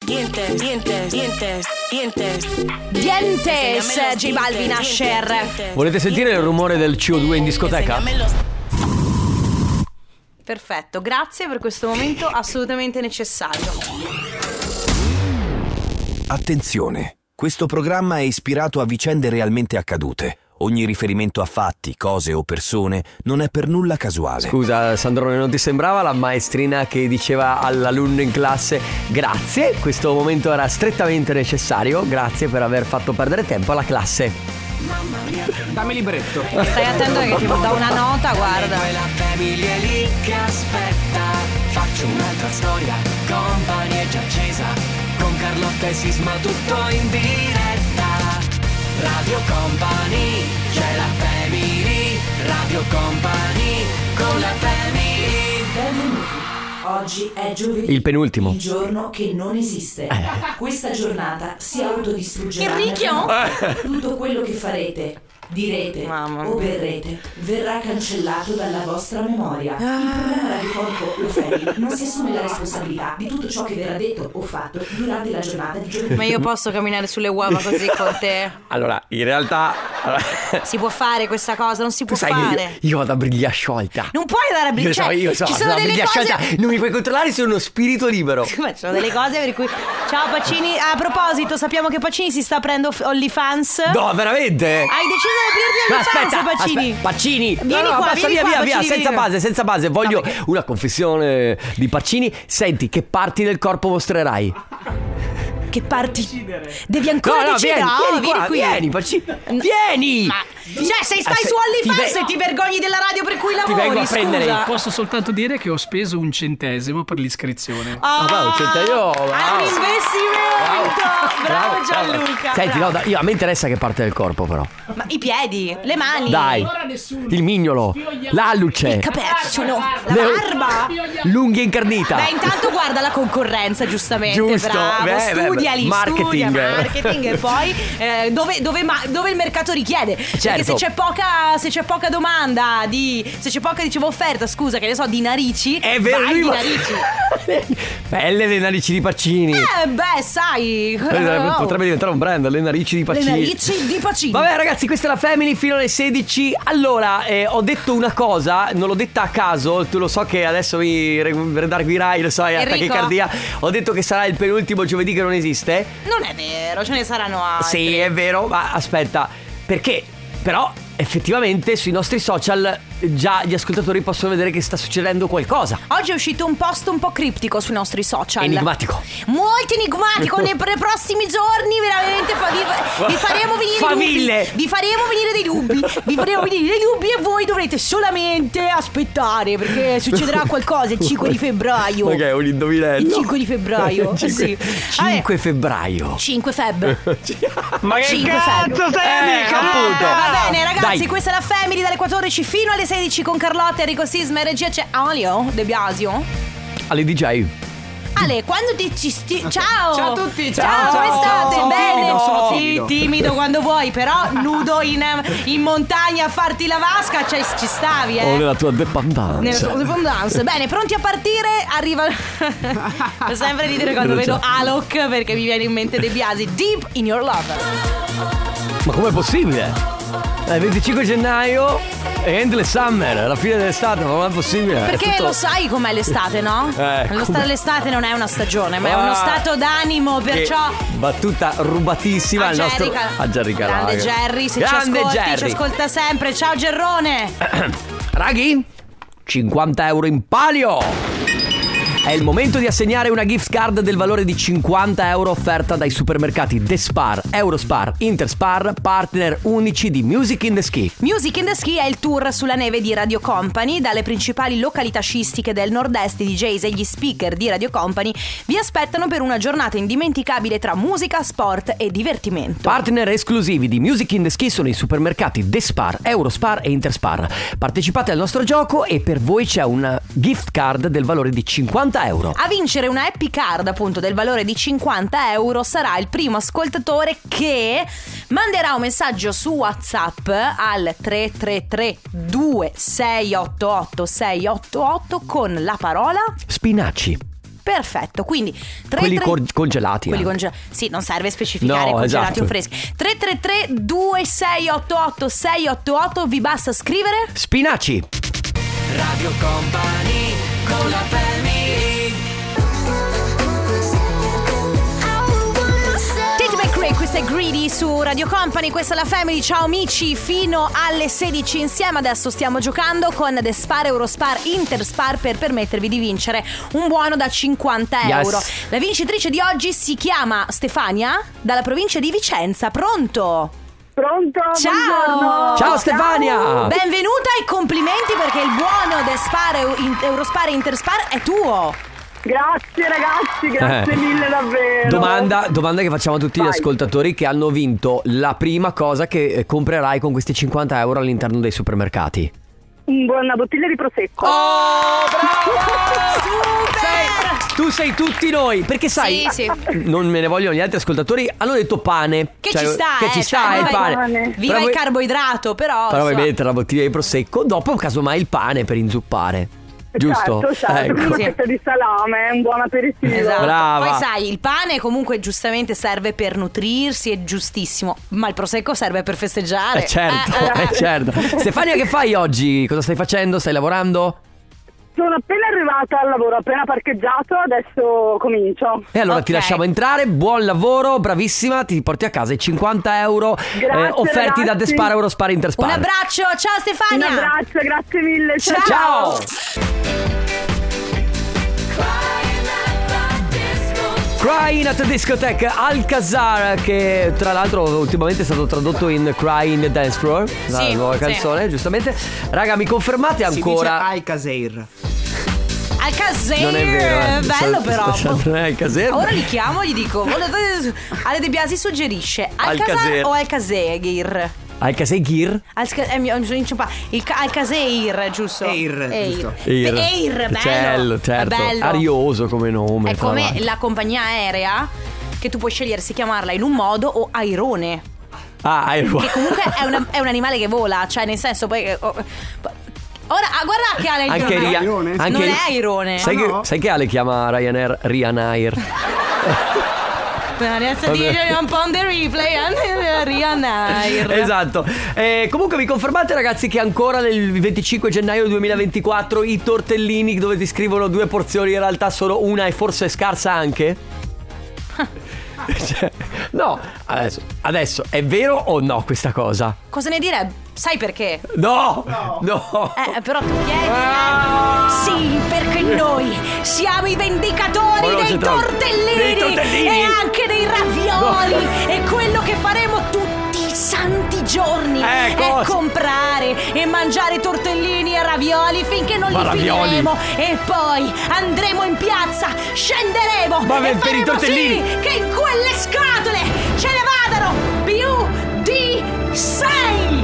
J Balvin, Asher. Volete sentire il rumore del CO2 in discoteca? Perfetto, grazie per questo momento assolutamente necessario. Attenzione, questo programma è ispirato a vicende realmente accadute. Ogni riferimento a fatti, cose o persone non è per nulla casuale. Scusa Sandrone, non ti sembrava la maestrina che diceva all'alunno in classe grazie, questo momento era strettamente necessario, grazie per aver fatto perdere tempo alla classe. Mamma mia, dammi libretto. Stai attento che ti do una nota, guarda. La famiglia è lì che aspetta. Faccio un'altra storia, Company è già accesa. Con Carlotta e Sisma tutto in diretta. Radio Company, c'è la family. Radio Company, con la family. Benvenuti. Oggi è giovedì. Il penultimo. Il giorno che non esiste. Questa giornata si autodistruggerà. Enrico? Tutto quello che farete, direte Mamma o berrete verrà cancellato dalla vostra memoria. Il programma radiofonico Lo Family non si assume la responsabilità di tutto ciò che verrà detto o fatto durante la giornata di giovedì. Ma io posso camminare sulle uova così con te? Allora, in realtà Si può fare questa cosa? Non si può tu sai fare. che io vado a briglia sciolta. Non puoi andare a briglia. Io so, ci sono la delle briglia cose. sciolta non mi puoi controllare, sono uno spirito libero. Ma ci sono delle cose per cui. Ciao Pacini. A proposito, sappiamo che Pacini si sta aprendo OnlyFans. No, veramente? Hai deciso di aprirti OnlyFans, Pacini? Pacini. Vieni qua, basta, vieni via, qua, via, via, Pacini, senza vieni. base, senza base. Voglio una confessione di Pacini. Senti, che parti del corpo mostrerai? Che parti? Devi ancora decidere. Vieni qui. Vieni, Pacini. Vieni. Ma cioè, se stai su OnlyFans e ti vergogni della radio per cui lavori, vengo a prendere. scusa. Posso soltanto dire che ho speso 1 centesimo per l'iscrizione. Bravo, È un investimento. Bravo Gianluca. Senti, bravo. no, a me interessa che parte del corpo, però. Ma i piedi, le mani. Dai. Il mignolo, l'alluce, Il capezzolo, la barba. l'unghia incarnita. Beh, intanto guarda la concorrenza, giustamente. Giusto. Bravo, studiali, marketing. studia marketing e poi dove il mercato richiede. Certo. Perché se c'è poca domanda se c'è poca offerta, scusa, che ne so, di narici. È vero, vai lui di va- narici. Belle le narici di Pacini. Beh, sai. Potrebbe diventare un brand, le narici di Le Pacini. narici di Pacini. Vabbè ragazzi, questa è la Family fino alle 16. Allora, ho detto una cosa, non l'ho detta a caso. Tu lo so che adesso mi redarguirai, lo so, è Enrico. tachicardia. Ho detto che sarà il penultimo giovedì che non esiste. Non è vero, ce ne saranno altri. Sì, è vero, ma aspetta, perché però effettivamente sui nostri social già gli ascoltatori possono vedere che sta succedendo qualcosa. Oggi è uscito un post un po' criptico sui nostri social. Enigmatico. Molto enigmatico. Nei prossimi giorni veramente vi faremo venire Faville. dei dubbi. Vi faremo venire dei dubbi. Vi faremo venire dei dubbi e voi dovrete solamente aspettare, perché succederà qualcosa il 5 di febbraio. Ok, un indovinello. Il 5 di febbraio. Sì. 5 febbraio. 5 feb. Ma che 5 cazzo sei? Appunto. Va bene ragazzi, Dai. questa è la Family dalle 14 fino alle 16 con Carlotta, Enrico Sisma e regia c'è Alio De Biasio. Ale DJ. Ale, quando ti ciao! Ciao a tutti, Ciao, ciao. come state? Sono Bene? timido, sono Sì, timido. timido quando vuoi, però nudo in montagna a farti la vasca, cioè ci stavi, O nella tua dependance. Nella tua dependance. Bene, pronti a partire? Arriva. Fa sempre ridere quando Lo so. vedo Alok, perché mi viene in mente De Biasi. Deep in Your Love. Ma com'è possibile? È il 25 gennaio e Endless Summer, la fine dell'estate, ma non è possibile. Perché è tutto... lo sai com'è l'estate, no? L'estate non è una stagione, ma è uno stato d'animo, perciò. Battuta rubatissima al nostro Gerrica. Grande Jerry, se Grande ci ascolti, Jerry. ci ascolta sempre. Ciao Gerrone. Raghi, 50 euro in palio. È il momento di assegnare una gift card del valore di 50 euro offerta dai supermercati The Spar, Eurospar, Interspar, partner unici di Music in the Ski. Music in the Ski è il tour sulla neve di Radio Company. Dalle principali località sciistiche del nord-est, i DJs e gli speaker di Radio Company vi aspettano per una giornata indimenticabile tra musica, sport e divertimento. Partner esclusivi di Music in the Ski sono i supermercati The Spar, Eurospar e Interspar. Partecipate al nostro gioco e per voi c'è una gift card del valore di 50 euro. A vincere una Happy Card appunto del valore di 50 euro sarà il primo ascoltatore che manderà un messaggio su WhatsApp al 333 2688 688 con la parola Spinaci. Perfetto, quindi quelli congelati. Sì, non serve specificare congelati o freschi. 333 2688 688, vi basta scrivere spinaci. Radio Company con la family. Questa è Greedy su Radio Company, questa è la Family, ciao amici, fino alle 16 insieme. Adesso stiamo giocando con The Spar, Eurospar, Interspar per permettervi di vincere un buono da 50 euro. Yes. La vincitrice di oggi si chiama Stefania, dalla provincia di Vicenza. Pronto? Pronto? Ciao! Buongiorno. Ciao Stefania! Benvenuta e complimenti perché il buono The Spar, Eurospar e Interspar è tuo. Grazie ragazzi, grazie mille davvero. Domanda che facciamo a tutti gli ascoltatori che hanno vinto la prima cosa che comprerai con questi 50 euro all'interno dei supermercati. Una bottiglia di prosecco. Oh, brava! Super! Tu sei tutti noi, perché sai, Sì. non me ne vogliono gli altri ascoltatori, hanno detto pane. Che ci sta, il pane. Viva però il carboidrato, però vuoi mettere la bottiglia di prosecco, dopo casomai il pane per inzuppare. Giusto? Certo, Ecco. una fetta di salame, è un buon aperitivo. Esatto. Brava. Poi sai, il pane comunque giustamente serve per nutrirsi, è giustissimo, ma il prosecco serve per festeggiare. Certo. Stefania, che fai oggi? Cosa stai facendo? Stai lavorando? Sono appena arrivata al lavoro, appena parcheggiato, adesso comincio. E allora ti lasciamo entrare, buon lavoro, bravissima, ti porti a casa i 50 euro offerti da The Spar, Eurospar, Interspar. Un abbraccio, ciao Stefania. Un abbraccio, grazie mille. Ciao. Crying at the Discotheque, Alcazar, che tra l'altro ultimamente è stato tradotto in Crying Dance Floor, la nuova canzone, giustamente. Raga, mi confermate ancora? Si dice Alcazair. Alcazair, Non è vero, bello però. Non è Alcazair. Ora li chiamo, gli dico. Ale De Biasi suggerisce Alcazar o Alcazair? Alcazair? Alcazair, giusto? Giusto. bello. Certo. Bello. Arioso come nome. È tra come l'altro. la compagnia aerea che tu puoi scegliere se chiamarla in un modo o Airone. Airone. Che comunque è un animale che vola, cioè nel senso poi ora guarda che Ale Anche Airone? non è Airone. Sai che Ale chiama Ryanair Ryanair? un po' on the replay Ryanair. Esatto. Comunque vi confermate ragazzi che ancora nel 25 gennaio 2024 i tortellini dove ti scrivono 2 porzioni in realtà solo una e forse è scarsa anche? No, adesso è vero o no questa cosa? Cosa ne direbbe? Sai perché? No. Però tu chiedi. Sì, perché noi siamo i vendicatori dei tortellini e anche dei ravioli. E quello che faremo tutti i santi giorni è comprare e mangiare tortellini e ravioli finché non li finiremo. E poi andremo in piazza, scenderemo e per i tortellini sì che in quelle scatole ce ne vadano più di 6.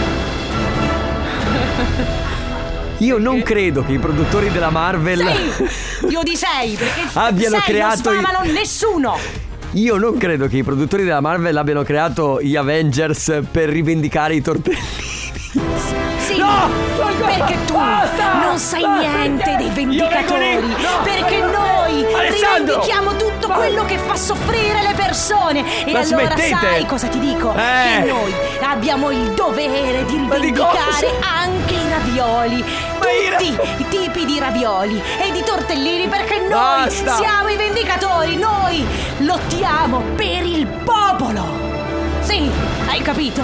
Io non credo che i produttori della Marvel Io di 6 perché abbiano 6 creato non sfamano nessuno. Io non credo che i produttori della Marvel abbiano creato gli Avengers per rivendicare i tortellini. Sì, No! perché tu non sai niente dei vendicatori. Perché noi Alessandro! rivendichiamo tutto quello che fa soffrire le persone. E Ma allora smettete! sai cosa ti dico? Che noi abbiamo il dovere di rivendicare anche i ravioli. Tutti i tipi di ravioli e di tortellini, perché noi Basta! siamo i vendicatori. Noi lottiamo per il popolo. Sì, hai capito?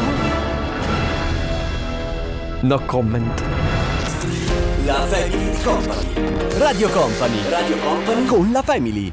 No comment. La Family Company. Radio Company. Con la Family.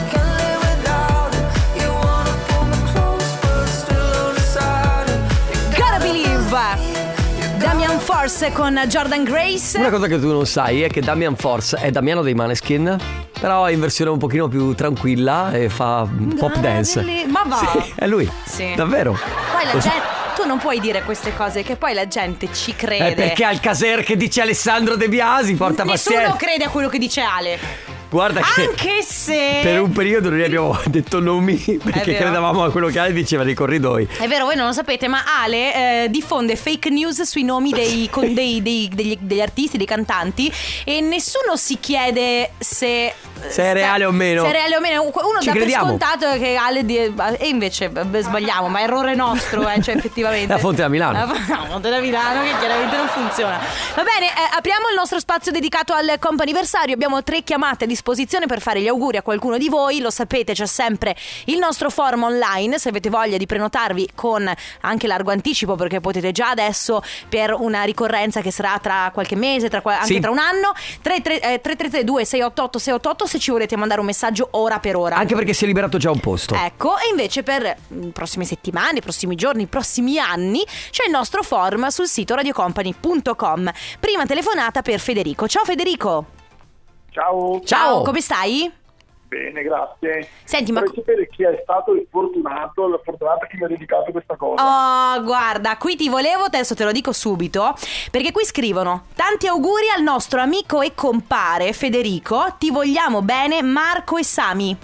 Gotta Believe, Damian Force con Jordan Grace. Una cosa che tu non sai è che Damian Force è Damiano dei Maneskin, però è in versione un pochino più tranquilla e fa pop dance. Ma va. Sì, è lui. Sì. Davvero. Poi la gente, tu non puoi dire queste cose che poi la gente ci crede. È perché Alcazair che dice Alessandro De Biasi porta Nessuno pazienza. crede a quello che dice Ale. Guarda che Anche se per un periodo noi abbiamo detto nomi perché vero. credevamo a quello che Ale diceva nei corridoi. È vero, voi non lo sapete, ma Ale diffonde fake news sui nomi degli artisti, dei cantanti, e nessuno si chiede se se è reale o meno. Se è reale o meno. Uno Ci dà crediamo. per scontato che Ale e invece sbagliamo, ma errore nostro, cioè effettivamente. La fonte da Milano. La fonte da Milano che chiaramente non funziona. Va bene, apriamo il nostro spazio dedicato al comp'anniversario. Abbiamo 3 chiamate a disposizione per fare gli auguri a qualcuno di voi. Lo sapete, c'è sempre il nostro forum online, se avete voglia di prenotarvi con anche largo anticipo, perché potete già adesso per una ricorrenza che sarà tra qualche mese, anche tra un anno. 333 688 688 se ci volete mandare un messaggio ora per ora. Anche perché si è liberato già un posto. Ecco, e invece per le prossime settimane, i prossimi giorni, i prossimi anni c'è il nostro forum sul sito radiocompany.com. Prima telefonata per Federico. Ciao Federico. Ciao, come stai? bene, grazie. Senti, ma vorrei sapere chi è stato il fortunato, la fortunata che mi ha dedicato questa cosa. Oh, guarda, qui ti volevo, adesso te lo dico subito, perché qui scrivono: tanti auguri al nostro amico e compare Federico, ti vogliamo bene Marco e Sami.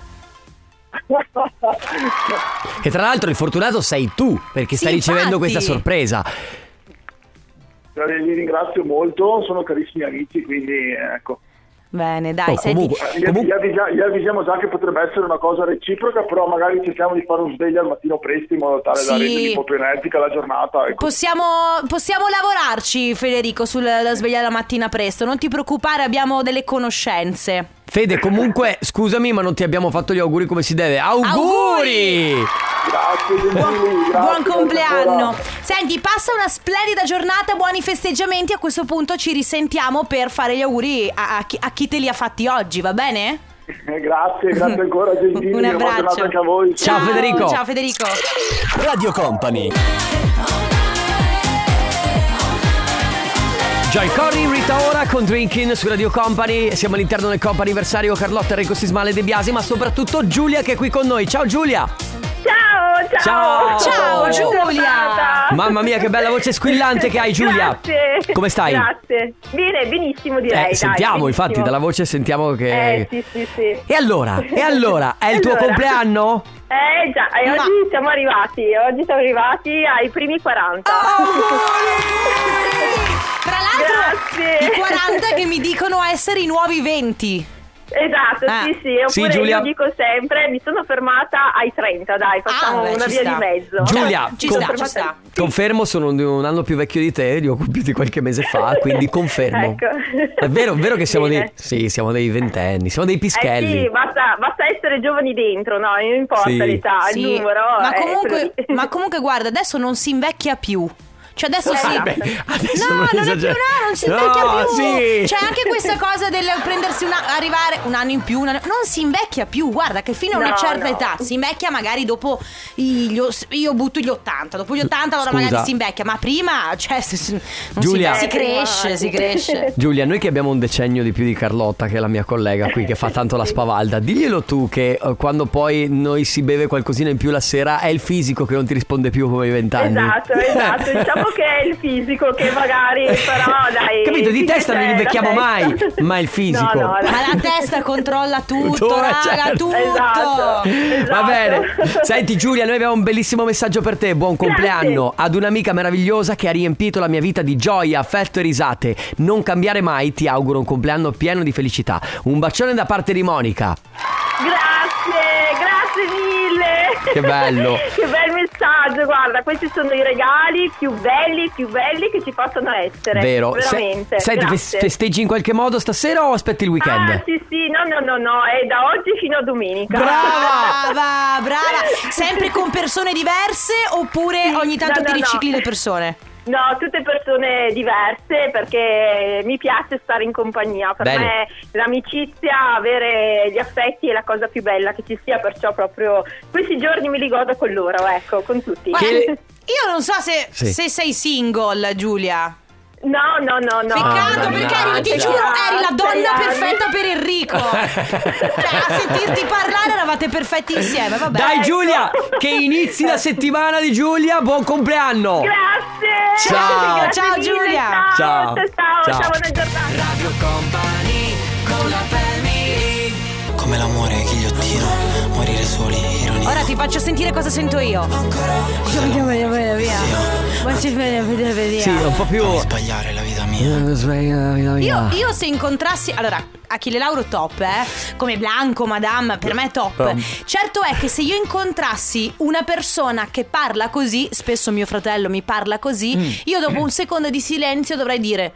E tra l'altro il fortunato sei tu, perché stai ricevendo questa sorpresa. Li ringrazio molto, sono carissimi amici, quindi ecco. Bene, dai, Gli avvisiamo già che potrebbe essere una cosa reciproca, però magari cerchiamo di fare un sveglio al mattino presto in modo tale da rendergli un po' più energica la giornata. Ecco. Possiamo lavorarci, Federico, sulla sveglia la mattina presto, non ti preoccupare, abbiamo delle conoscenze. Fede, comunque, scusami, ma non ti abbiamo fatto gli auguri come si deve. Auguri! Grazie, buon compleanno. Senti, passa una splendida giornata, buoni festeggiamenti. A questo punto ci risentiamo per fare gli auguri a chi te li ha fatti oggi, va bene? Grazie ancora, gentili. Un abbraccio anche a voi. Ciao Federico. Ciao Federico. Radio Company. Joy Corey, Rita Ora con Drinking su Radio Company. Siamo all'interno del comp'anniversario. Carlotta, Enrico Sismale, De Biasi, ma soprattutto Giulia che è qui con noi. Ciao Giulia. Ciao Giulia. Mamma mia, che bella voce squillante che hai, Giulia. Grazie. Come stai? Grazie. Bene, benissimo direi. Sentiamo, benissimo. infatti, dalla voce sentiamo che... Sì. E allora, è il tuo compleanno? Già, e oggi siamo arrivati ai primi 40. Tra l'altro, grazie. i 40 che mi dicono essere i nuovi 20. Esatto, sì. Oppure Giulia. io dico sempre, mi sono fermata ai 30, dai, facciamo una via di mezzo. Giulia, ci sta. Confermo, sono un anno più vecchio di te, li ho compiuti qualche mese fa, quindi confermo. Ecco. È vero che siamo Bene. siamo dei ventenni, siamo dei pischelli. Sì, basta essere giovani dentro, no? Non importa l'età, il numero. Ma comunque guarda, adesso non si invecchia più. Cioè adesso adesso non si invecchia più. Sì. C'è anche questa cosa del prendersi arrivare un anno in più, non si invecchia più. Guarda che fino a una certa età si invecchia magari dopo io butto gli 80. Dopo gli 80 allora magari si invecchia, ma prima Giulia, si cresce. Giulia, noi che abbiamo un decennio di più di Carlotta, che è la mia collega qui che fa tanto la spavalda, diglielo tu che quando poi noi si beve qualcosina in più la sera è il fisico che non ti risponde più come ai 20 anni. Esatto. Diciamo che è il fisico che magari, però dai. Capito, di testa non invecchiamo mai, ma il fisico. No, ma la testa controlla tutto, raga, certo. tutto. Esatto. Va bene. Senti Giulia, noi abbiamo un bellissimo messaggio per te. Buon compleanno ad un'amica meravigliosa che ha riempito la mia vita di gioia, affetto e risate. Non cambiare mai, ti auguro un compleanno pieno di felicità. Un bacione da parte di Monica. Grazie mille. Che bello. Che bel messaggio, guarda, questi sono i regali più belli che ci possono essere. Vero. Veramente. Senti, festeggi in qualche modo stasera o aspetti il weekend? Sì, no, è da oggi fino a domenica. Brava. Sempre con persone diverse oppure ogni tanto ti ricicli le persone? No, tutte persone diverse, perché mi piace stare in compagnia. Per me l'amicizia, avere gli affetti è la cosa più bella che ci sia, perciò proprio questi giorni me li godo con loro, ecco, con tutti. Io non so se sei single, Giulia. No. Peccato, perché ti giuro eri la donna perfetta per Enrico. Cioè, a sentirti parlare eravate perfetti insieme, vabbè. Dai Giulia, che inizi la settimana di Giulia. Buon compleanno. Grazie. Ciao Giulia. Ciao, buona giornata. Radio Company con la family. Come l'amore, ghigliottino, morire soli, ironia. Ora ti faccio sentire cosa sento io. Via. Sì, un po' più. Devi sbagliare la vita mia. Io se incontrassi, allora, Achille Lauro top, come Blanco, Madame, per me top. Certo è che se io incontrassi una persona che parla così, spesso mio fratello mi parla così, io dopo un secondo di silenzio dovrei dire: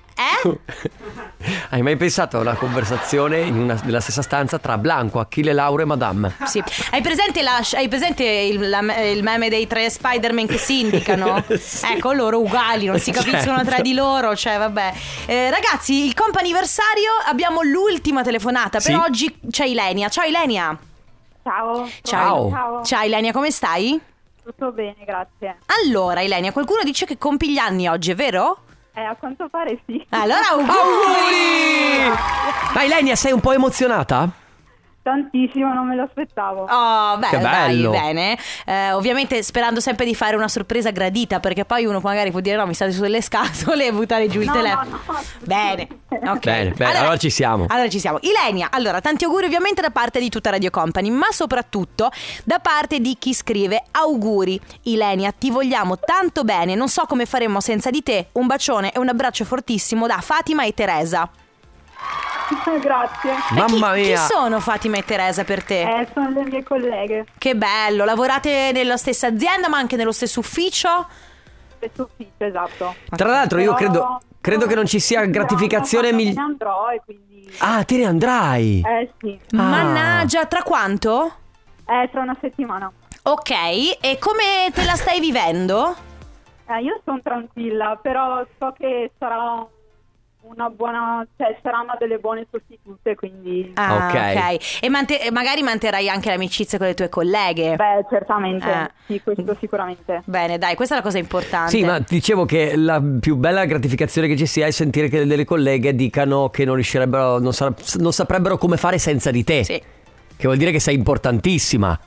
Hai mai pensato a una conversazione nella stessa stanza tra Blanco, Achille Lauro e Madame? Sì. Hai presente il meme dei 3 Spider-Man che si indicano? Sì. Ecco, loro uguali, non si capiscono tra di loro. Cioè, vabbè. Ragazzi, il comp'anniversario, abbiamo l'ultima telefonata. Per oggi c'è Ilenia. Ciao Ilenia. Ciao. Ciao Ilenia, come stai? Tutto bene, grazie. Allora Ilenia, qualcuno dice che compi gli anni oggi, è vero? A quanto pare sì. Allora auguri! Ma Ilenia, sei un po' emozionata? Tantissimo, non me lo aspettavo. Oh, bello, che bello. Dai, bene. Ovviamente sperando sempre di fare una sorpresa gradita, perché poi uno magari può dire: no, mi state sulle scatole e buttare giù il telefono. No. Bene. Okay. Bene, allora ci siamo. Ilenia, allora tanti auguri ovviamente da parte di tutta Radio Company, ma soprattutto da parte di chi scrive: auguri Ilenia, ti vogliamo tanto bene, non so come faremmo senza di te. Un bacione e un abbraccio fortissimo da Fatima e Teresa. Grazie. Mamma mia. Chi sono Fatima e Teresa per te? Sono le mie colleghe. Che bello, lavorate nella stessa azienda ma anche nello stesso ufficio? Stesso ufficio, esatto. Tra l'altro io credo che non ci sia gratificazione me ne andrò e quindi... Ah, te ne andrai? Sì. Mannaggia, tra quanto? Tra una settimana. Ok, e come te la stai vivendo? Io sono tranquilla, però so che sarà una buona, cioè saranno delle buone sostitute, quindi ok. E magari manterrai anche l'amicizia con le tue colleghe? Beh, certamente, sì, questo sicuramente. Bene, dai, questa è la cosa importante. Sì, ma dicevo che la più bella gratificazione che ci sia è sentire che delle colleghe dicano che non riuscirebbero, non saprebbero come fare senza di te. Sì. Che vuol dire che sei importantissima.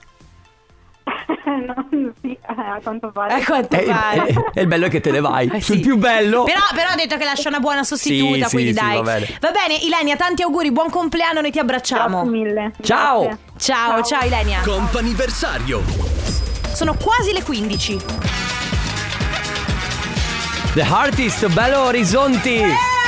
Sì, a quanto pare. E il bello è che te ne vai. Sì. Il più bello. Però ha detto che lascia una buona sostituta, quindi dai. Va bene, Ilenia, tanti auguri, buon compleanno, noi ti abbracciamo. Grazie mille. Ciao. Ciao Ilenia. Comp'anniversario. Sono quasi le 15. The Artist, Bello Orizzonti.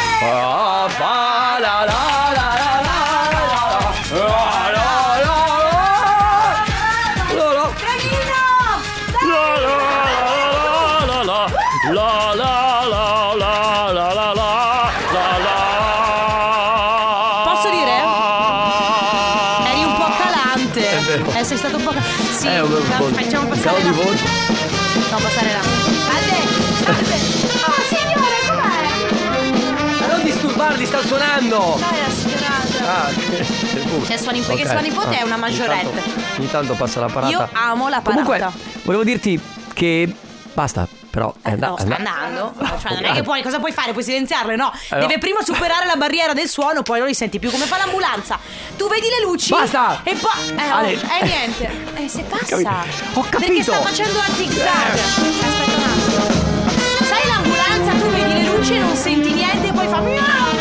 Posso dire? Eri un po' calante. Sei stato un po' sì, facciamo passare di voce. Facciamo passare la salve. Oh signore, com'è? Ma non disturbarli, sta suonando. Dai, la serata. C'è sua nipote, è una maggiorette. Ogni tanto passa la parata. Io amo la parata. Comunque, volevo dirti che basta. Però sta andando. Cioè, non è che cosa puoi fare? Puoi silenziarle? No. Deve prima superare la barriera del suono, poi non li senti più. Come fa l'ambulanza? Tu vedi le luci? Basta! E poi niente. Se passa. Ho capito. Perché sta facendo la zig-zag. Aspetta un attimo. Sai l'ambulanza? Tu vedi le luci e non senti niente, e poi fa miau.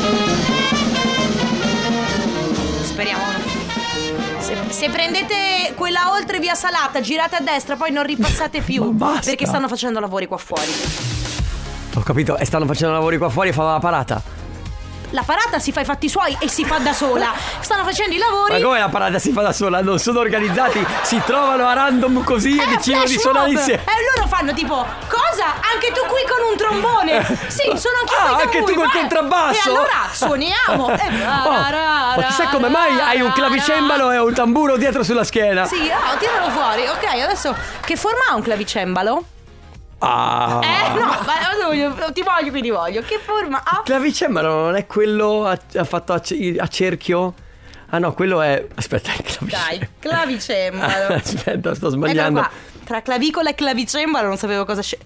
Speriamo. Se prendete quella oltre via Salata, girate a destra, poi non ripassate più. Perché stanno facendo lavori qua fuori. Ho capito, e stanno facendo lavori qua fuori e fanno la parata. La parata si fa i fatti suoi e si fa da sola. Stanno facendo i lavori. Ma come la parata si fa da sola? Non sono organizzati, si trovano a random così e decidono di suonare insieme. E loro fanno tipo: cosa? Anche tu qui con un trombone? Sì, sono anch'io qui. Anche tu col contrabbasso? E allora suoniamo. Ma chissà come mai hai un clavicembalo e un tamburo dietro sulla schiena. Sì, tiralo fuori. Ok, adesso che forma ha un clavicembalo? No, ma ti voglio. Che forma ha? Il clavicembalo non è quello fatto a cerchio? Ah no, quello è... Aspetta, il clavicembalo. Dai, clavicembalo. Aspetta, sto sbagliando. Tra clavicola e clavicembalo non sapevo cosa Cosa?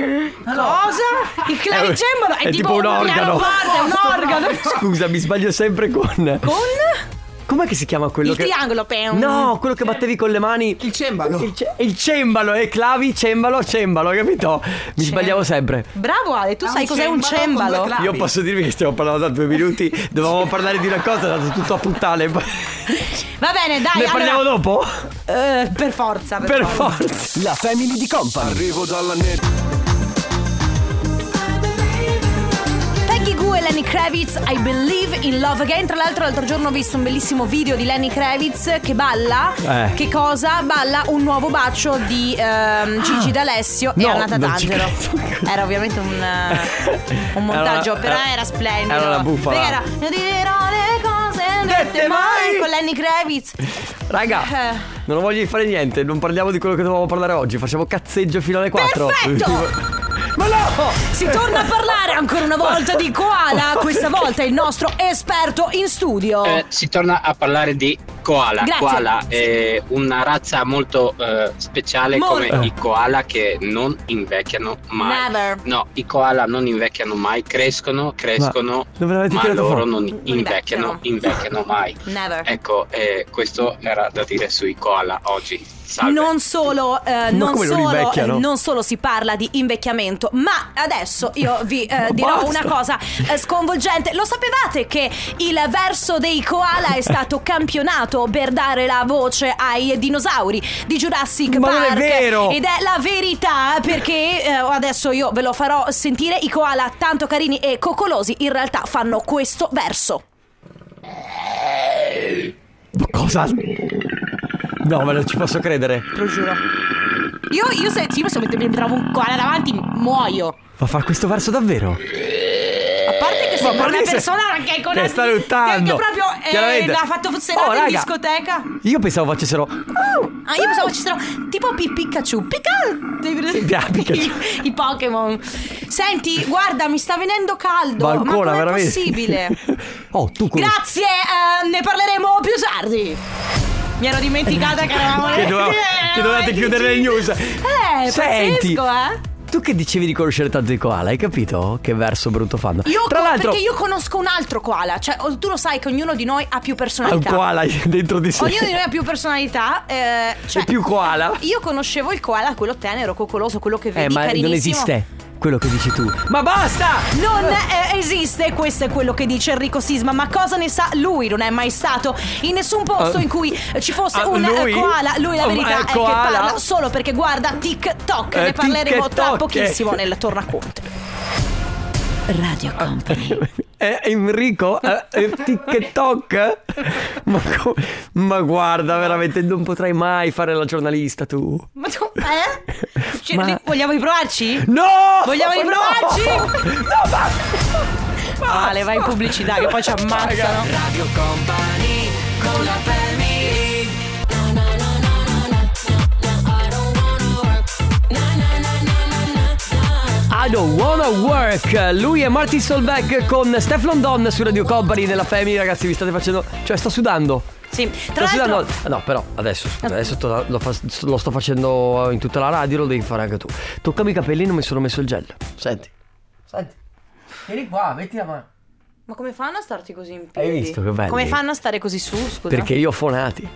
Il clavicembalo è tipo un organo. È un organo. Scusa, mi sbaglio sempre con... Com'è che si chiama quello? Il triangolo. No, quello che battevi con le mani. Il cembalo. Il cembalo, clavi, cembalo, capito? Mi sbagliavo sempre. Bravo Ale, tu sai cos'è un cembalo? Io posso dirvi che stiamo parlando da 2 minuti. Dovevamo parlare di una cosa, è andato tutto a puttane. Va bene, dai. Ne parliamo dopo? Per forza. La Family di Company. Arrivo dalla net. Pooh e Lenny Kravitz, I Believe in Love Again. Tra l'altro l'altro giorno ho visto un bellissimo video di Lenny Kravitz che balla. Che cosa? Balla un nuovo bacio di Gigi D'Alessio e Anna Tatangelo. Era ovviamente un montaggio, però era splendido. Era una bufala. Perché era non dirò le cose dette mai con Lenny Kravitz. Raga, non voglio fare niente. Non parliamo di quello che dovevamo parlare oggi. Facciamo cazzeggio fino alle 4. Perfetto. Ma no! Si torna a parlare ancora una volta di koala. Questa volta il nostro esperto in studio. Si torna a parlare di koala. Grazie. Koala è una razza molto speciale, come i koala che non invecchiano mai. Never. No, i koala non invecchiano mai, crescono, ma loro non invecchiano mai. Never. Ecco, questo era da dire sui koala oggi. Salve. Non solo si parla di invecchiamento, ma adesso io vi dirò una cosa sconvolgente. Lo sapevate che il verso dei koala è stato campionato per dare la voce ai dinosauri di Jurassic Park? Non è vero! Ed è la verità, perché adesso io ve lo farò sentire. I koala tanto carini e coccolosi in realtà fanno questo verso. Cosa? No, ma non ci posso credere. Te lo giuro. Io se mi trovo un koala davanti muoio. Ma fa questo verso davvero? A parte che sembra una persona che con che sta lottando, che proprio l'ha fatto serata in discoteca. Io pensavo facessero io pensavo facessero tipo Pikachu. I Pokémon. Senti, guarda, mi sta venendo caldo. Ma ancora, com'è veramente possibile? Grazie, ne parleremo più tardi. Mi ero dimenticata che eravamo che dovevate chiudere le news. Senti, pazzesco, tu che dicevi di conoscere tanto i koala, hai capito che verso brutto fanno? Tra l'altro, perché io conosco un altro koala. Cioè, tu lo sai che ognuno di noi ha più personalità. Ha un koala dentro di sé. Ognuno di noi ha più personalità. È più koala. Io conoscevo il koala, quello tenero, coccoloso, quello che vedi ma carinissimo. non esiste quello che dici tu. Ma basta! Non esiste, questo è quello che dice Enrico Sisma. Ma cosa ne sa lui? Non è mai stato in nessun posto in cui ci fosse un koala. Lui la verità è che parla solo perché guarda TikTok. Ne parleremo tra pochissimo nel tornaconte. Radio Company. Enrico? TikTok? Ma guarda, veramente non potrai mai fare la giornalista tu. Ma tu, vogliamo riprovarci? No! Vogliamo riprovarci? No, basta! Vale, vai in pubblicità che poi ci ammazzano. Radio Company con la family. I don't wanna work. Lui è Martin Solveig con Steph London su Radio Company nella Family. Ragazzi, vi state facendo, cioè sto sudando. Sì, tra l'altro no, però adesso lo sto facendo in tutta la radio. Lo devi fare anche tu. Toccami i capelli, non mi sono messo il gel. Senti. Vieni qua, metti la mano. Ma come fanno a starti così in piedi? Hai visto che belli? Come fanno a stare così su, scusa? Perché io ho fonati.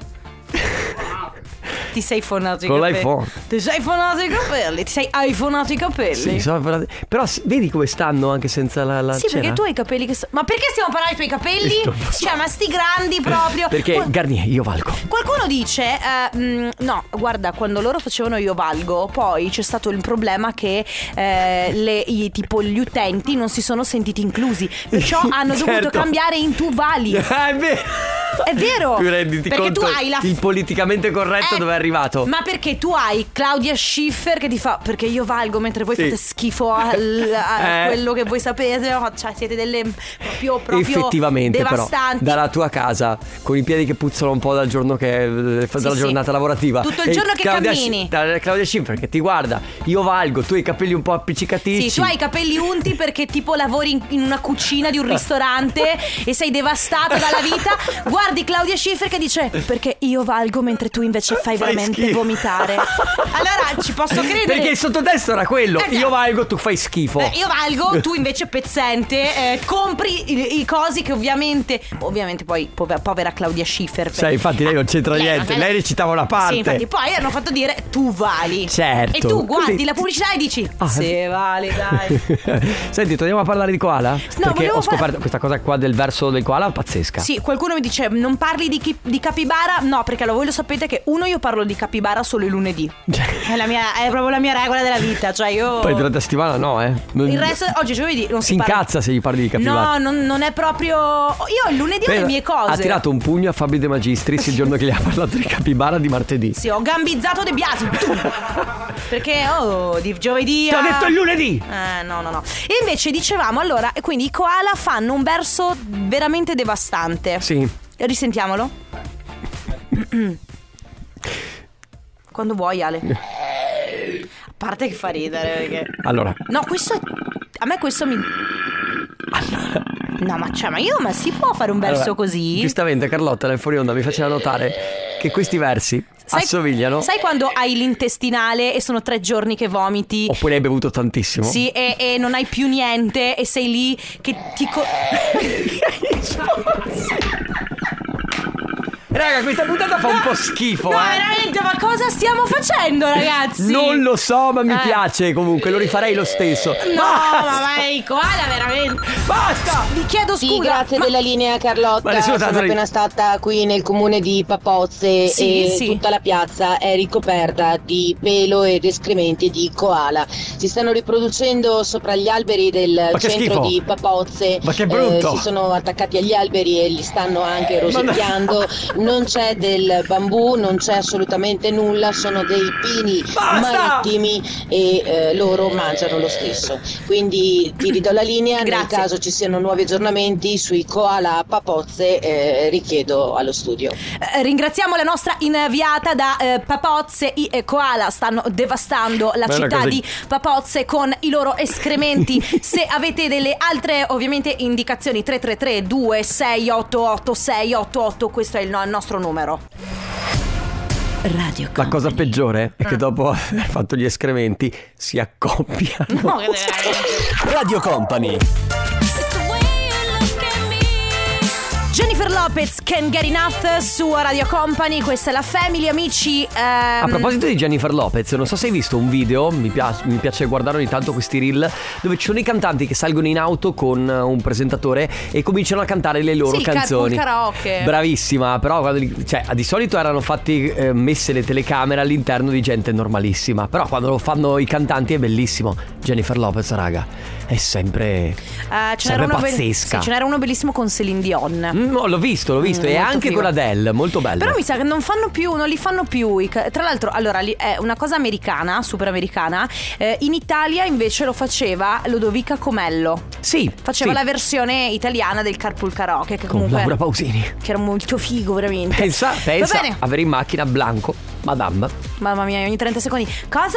Ti sei fonato i con capelli. l'iPhone. Ti sei fonato i capelli. Ti sei iPhoneato i capelli. Sì, sono fonati. Però vedi come stanno anche senza la sì, cera? perché tu hai i capelli che ma perché stiamo parlando dei tuoi capelli? Cioè, ma sti grandi proprio. Perché Garnier, io valgo. Qualcuno dice no, guarda, quando loro facevano Io valgo, poi c'è stato il problema che tipo gli utenti non si sono sentiti inclusi, perciò hanno dovuto cambiare in Tu vali. È vero. È vero. Tu renditi perché conto tu hai il politicamente corretto dove è arrivato. Ma perché tu hai Claudia Schiffer che ti fa perché io valgo mentre voi fate schifo a quello che voi sapete, no? Cioè siete delle proprio effettivamente devastanti. Però dalla tua casa con i piedi che puzzano un po' dal giorno dalla giornata lavorativa, tutto il giorno che cammini. Claudia Schiffer che ti guarda, io valgo, tu hai i capelli un po' appiccicatici. Sì, tu hai i capelli unti perché tipo lavori in una cucina di un ristorante e sei devastata dalla vita. Guardi Claudia Schiffer che dice perché io valgo mentre tu invece fai veramente schifo. Vomitare. Allora ci posso credere. Perché il sottotesto era quello. Io valgo, tu fai schifo. Io valgo, tu invece pezzente. Compri i cosi che ovviamente poi povera Claudia Schiffer. Cioè infatti lei non c'entra niente. Lei recitava una parte. Sì, infatti poi hanno fatto dire tu vali. Certo. E tu guardi la pubblicità e dici se vale, dai. Senti, torniamo a parlare di koala? No, perché ho scoperto questa cosa qua del verso del koala pazzesca. Sì, qualcuno mi dice non parli di capibara? No, perché voi lo sapete che io parlo di capibara solo il lunedì. È proprio la mia regola della vita. Cioè io. Poi durante la settimana no, Il resto, oggi giovedì non si incazza se gli parli di capibara. No, non è proprio. Io il lunedì ho le mie cose. Ha tirato un pugno a Fabio De Magistris il giorno che gli ha parlato di capibara di martedì. Sì, ho gambizzato De Biasi. Perché di giovedì. Ti ho detto il lunedì. No. E invece dicevamo, allora, quindi i koala fanno un verso veramente devastante. Sì. Risentiamolo. Quando vuoi, Ale. A parte che fa ridere perché. Allora. No, questo a me questo mi. No, ma si può fare un verso così? Giustamente Carlotta nel fuori onda mi faceva notare che questi versi assomigliano. Sai quando hai l'intestinale e sono 3 giorni che vomiti? Oppure hai bevuto tantissimo. Sì, e non hai più niente e sei lì che ti Raga, questa puntata fa un po' schifo. No, veramente, ma cosa stiamo facendo, ragazzi? Non lo so, ma mi piace comunque, lo rifarei lo stesso. No, ma i koala veramente. Basta! Vi chiedo scusa. Sì, grazie della linea, Carlotta. Sono appena stata qui nel comune di Papozze e tutta la piazza è ricoperta di pelo ed escrementi di koala. Si stanno riproducendo sopra gli alberi del centro di Papozze. Ma che brutto! Si sono attaccati agli alberi e li stanno anche rosicchiando. Non c'è del bambù, non c'è assolutamente nulla, sono dei pini marittimi e loro mangiano lo stesso. Quindi ti ridò la linea. Nel caso ci siano nuovi aggiornamenti sui koala a Papozze, richiedo allo studio. Ringraziamo la nostra inviata da Papozze. I koala stanno devastando la città di Papozze con i loro escrementi. Se avete delle altre ovviamente indicazioni, 333 2688 688, questo è il nostro numero. Radio Company. La cosa peggiore è che dopo aver fatto gli escrementi si accoppiano. No, Radio Company. Jennifer Lopez, Can't Get Enough su Radio Company. Questa è la Family, amici. A proposito di Jennifer Lopez, non so se hai visto un video, mi piace guardare ogni tanto questi reel, dove ci sono i cantanti che salgono in auto con un presentatore e cominciano a cantare le loro canzoni. Karaoke. Bravissima, però di solito erano fatti messe le telecamere all'interno di gente normalissima, però quando lo fanno i cantanti è bellissimo. Jennifer Lopez, raga, è sempre pazzesca. Ce n'era uno bellissimo con Celine Dion. L'ho visto e anche figo. con Adele, molto bello. Però mi sa che non li fanno più. Tra l'altro, allora, è una cosa americana, super americana. In Italia invece lo faceva Lodovica Comello. Sì. Faceva la versione italiana del Carpool Karaoke, che con comunque Laura Pausini, che era molto figo, veramente. Pensa avere in macchina Blanco, Madame. Mamma mia, ogni 30 secondi. Cosa?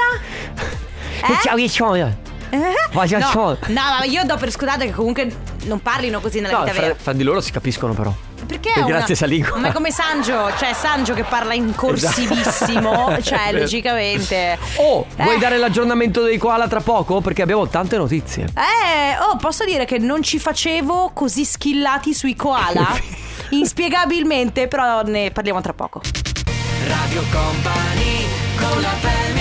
No, ma io do per scontato che comunque non parlino così nella vita vera. Fra di loro si capiscono però. Perché grazie Saligo. Ma è come Sangio, cioè Sangio che parla in corsivissimo, cioè logicamente. Vuoi dare l'aggiornamento dei koala tra poco? Perché abbiamo tante notizie. Posso dire che non ci facevo così skillati sui koala? Inspiegabilmente, però ne parliamo tra poco. Radio Company con la Family.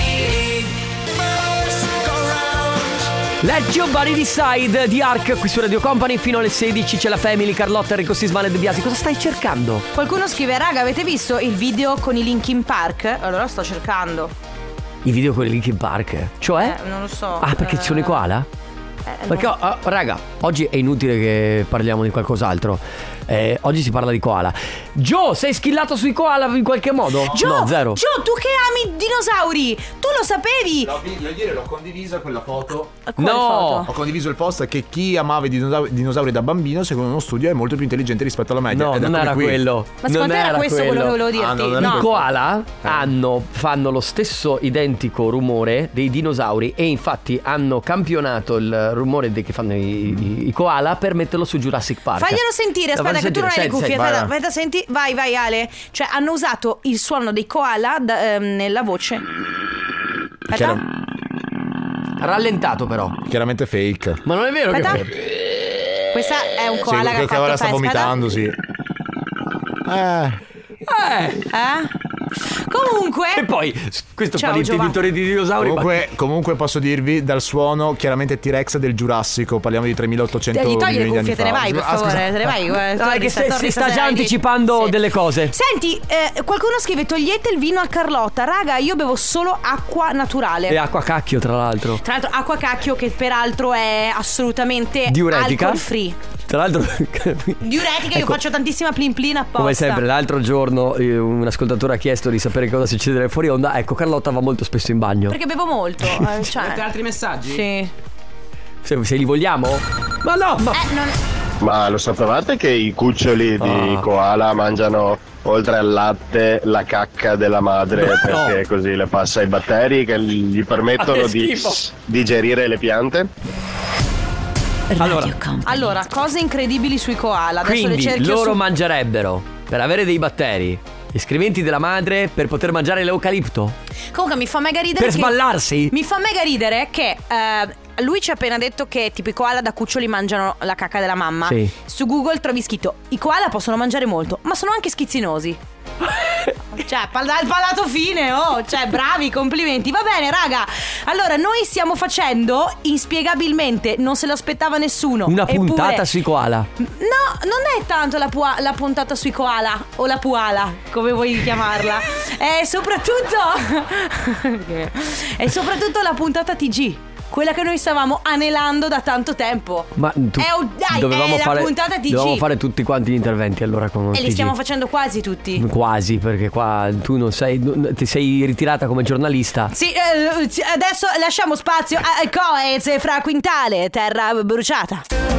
Let Your Body Decide di Ark qui su Radio Company. Fino alle 16 c'è la Family, Carlotta, Enrico Sismane e De Biasi. Cosa stai cercando? Qualcuno scrive: raga, avete visto il video con i Linkin Park? Allora sto cercando i video con i Linkin Park? Cioè? Non lo so. Perché ci sono i koala? Perché raga, oggi è inutile che parliamo di qualcos'altro. Oggi si parla di koala. Gio, sei schillato sui koala in qualche modo? No, zero. Gio, tu che ami i dinosauri, tu lo sapevi? L'ho condivisa quella foto. No, ho condiviso il post che chi amava i dinosauri da bambino, secondo uno studio, è molto più intelligente rispetto alla media. No, non era quello. Ma secondo te era questo quello che volevo dirti? I koala fanno lo stesso identico rumore dei dinosauri, e infatti hanno campionato il rumore che fanno i koala per metterlo su Jurassic Park. Faglielo sentire, aspetta che tu non hai le cuffie. Aspetta, senti, vai Ale. Cioè hanno usato il suono dei koala nella voce. Aspetta. Rallentato però. Chiaramente fake. Ma non è vero. Aspetta. Questa è un koala che ha fatto ora sta vomitando, sì. Comunque Comunque. E poi questo Ciao, fa l'intenitore di dinosauri. Comunque posso dirvi dal suono chiaramente T-Rex del Giurassico. Parliamo di 3800 Gli togli le milioni di anni cuffie, te ne fa. vai per favore, te ne vai. No, è che si sta già anticipando delle cose. Senti, qualcuno scrive: togliete il vino a Carlotta. Raga, io bevo solo acqua naturale. E acqua cacchio, tra l'altro. Tra l'altro acqua cacchio, che peraltro è assolutamente diuretica, alcol free. Tra l'altro diuretica, io faccio tantissima plin plin apposta. Come sempre, l'altro giorno un ascoltatore ha chiesto di sapere cosa succede fuori onda. Ecco, Carlotta va molto spesso in bagno. Perché bevo molto. Avete altri messaggi? Sì. Se li vogliamo? Ma no, Ma lo sapevate che i cuccioli di koala mangiano oltre al latte la cacca della madre, perché così le passa ai batteri che gli permettono di digerire le piante? Allora, cose incredibili sui koala. Adesso quindi le cerchio loro mangerebbero, per avere dei batteri, escrementi della madre per poter mangiare l'eucalipto. Comunque mi fa mega ridere per sballarsi. Mi fa mega ridere che lui ci ha appena detto che tipo i koala da cuccioli mangiano la cacca della mamma. Sì. Su Google trovi scritto: i koala possono mangiare molto, ma sono anche schizzinosi. Cioè, il palato fine, cioè, bravi, complimenti. Va bene, raga. Allora, noi stiamo facendo inspiegabilmente, non se lo aspettava nessuno, una puntata sui koala. No, non è tanto la puntata sui koala o la puala, come vuoi chiamarla. È soprattutto la puntata TG, quella che noi stavamo anelando da tanto tempo. Ma dovevamo fare tutti quanti gli interventi allora con e TG. li stiamo facendo quasi tutti. Quasi, perché qua tu non ti sei ritirata come giornalista. Sì, adesso lasciamo spazio a Coez fra Quintale, terra bruciata.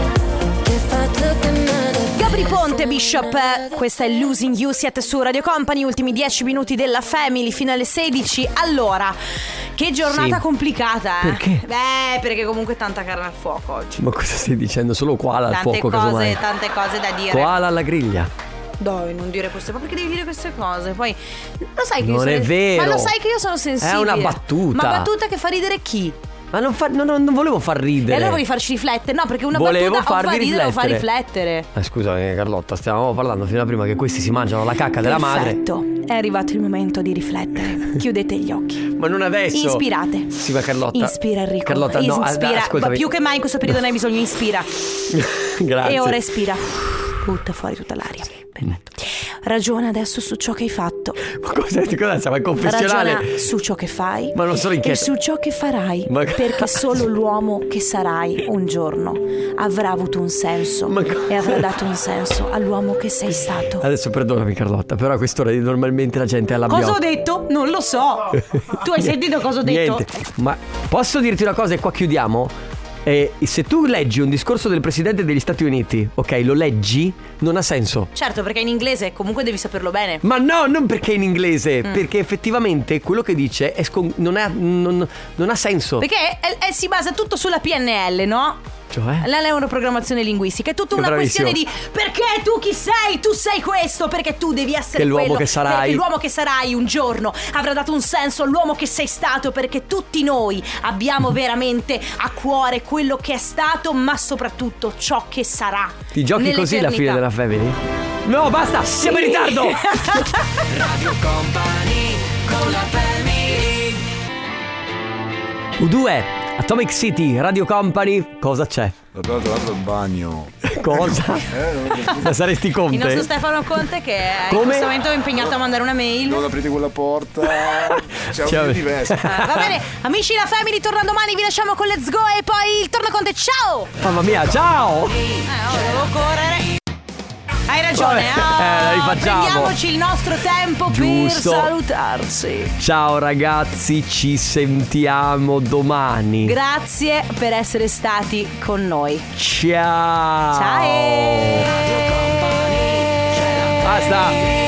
Gabri Ponte, Bishop, questa è Losing You, siete su Radio Company, ultimi 10 minuti della Family fino alle 16. Allora, che giornata complicata, Perché? Perché comunque tanta carne al fuoco oggi. Ma cosa stai dicendo? Solo koala al fuoco, casomai. Tante cose da dire. Koala alla griglia. Dai, non dire queste cose, perché devi dire queste cose? Poi lo sai che non è vero. Ma lo sai che io sono sensibile. È una battuta. Ma battuta che fa ridere chi? Ma non volevo far ridere. E allora volevi farci riflettere? No, perché una volevo battuta farvi fa ridere o riflettere. fa riflettere. Scusa Carlotta, stavamo parlando fino a prima che questi si mangiano la cacca della madre. Perfetto, è arrivato il momento di riflettere. Chiudete gli occhi. Ma non adesso. Inspirate. Sì, ma Carlotta. Inspira Enrico. Carlotta, no, inspira. ascoltami. Ma più che mai in questo periodo ne hai bisogno, inspira. Grazie. E ora espira. Butta fuori tutta l'aria. Perfetto. Ragiona adesso su ciò che hai fatto. Ma cosa siamo al confessionale? Ragiona su ciò che fai. Ma non sono inquieto. E su ciò che farai. Perché solo l'uomo che sarai un giorno avrà avuto un senso. E avrà dato un senso all'uomo che sei stato. Adesso perdonami Carlotta, però a quest'ora normalmente la gente è alla Cosa ho detto? Non lo so. Tu hai sentito cosa ho detto? Niente. Ma posso dirti una cosa e qua chiudiamo? Se tu leggi un discorso del presidente degli Stati Uniti, ok, lo leggi, non ha senso. Certo, perché è in inglese, comunque devi saperlo bene. Ma no, non perché è in inglese, perché effettivamente quello che dice non ha senso. Perché si basa tutto sulla PNL, no? Cioè? La neuroprogrammazione linguistica. È tutta una questione di perché tu chi sei? Tu sei questo, perché tu devi essere che l'uomo quello, che sarai. perché l'uomo che sarai un giorno avrà dato un senso all'uomo che sei stato, perché tutti noi abbiamo veramente a cuore quello che è stato, ma soprattutto ciò che sarà. Ti giochi così la fine della Family? No, basta, siamo in ritardo. Radio Company con la Family. U2, Atomic City, Radio Company, cosa c'è? L'ho trovato al bagno. Cosa? Ma saresti Conte? Il nostro Stefano Conte che è in Come? questo momento impegnato a mandare una mail. Non aprite quella porta. C'è un diverso. Va bene, amici, la Family torna domani, vi lasciamo con Let's Go e poi il Torno Conte. Ciao! Mamma mia, ciao! Devo correre. Hai ragione, rifacciamo. prendiamoci il nostro tempo Giusto. per salutarsi. Ciao ragazzi, ci sentiamo domani. Grazie per essere stati con noi. Ciao. Ciao. Basta.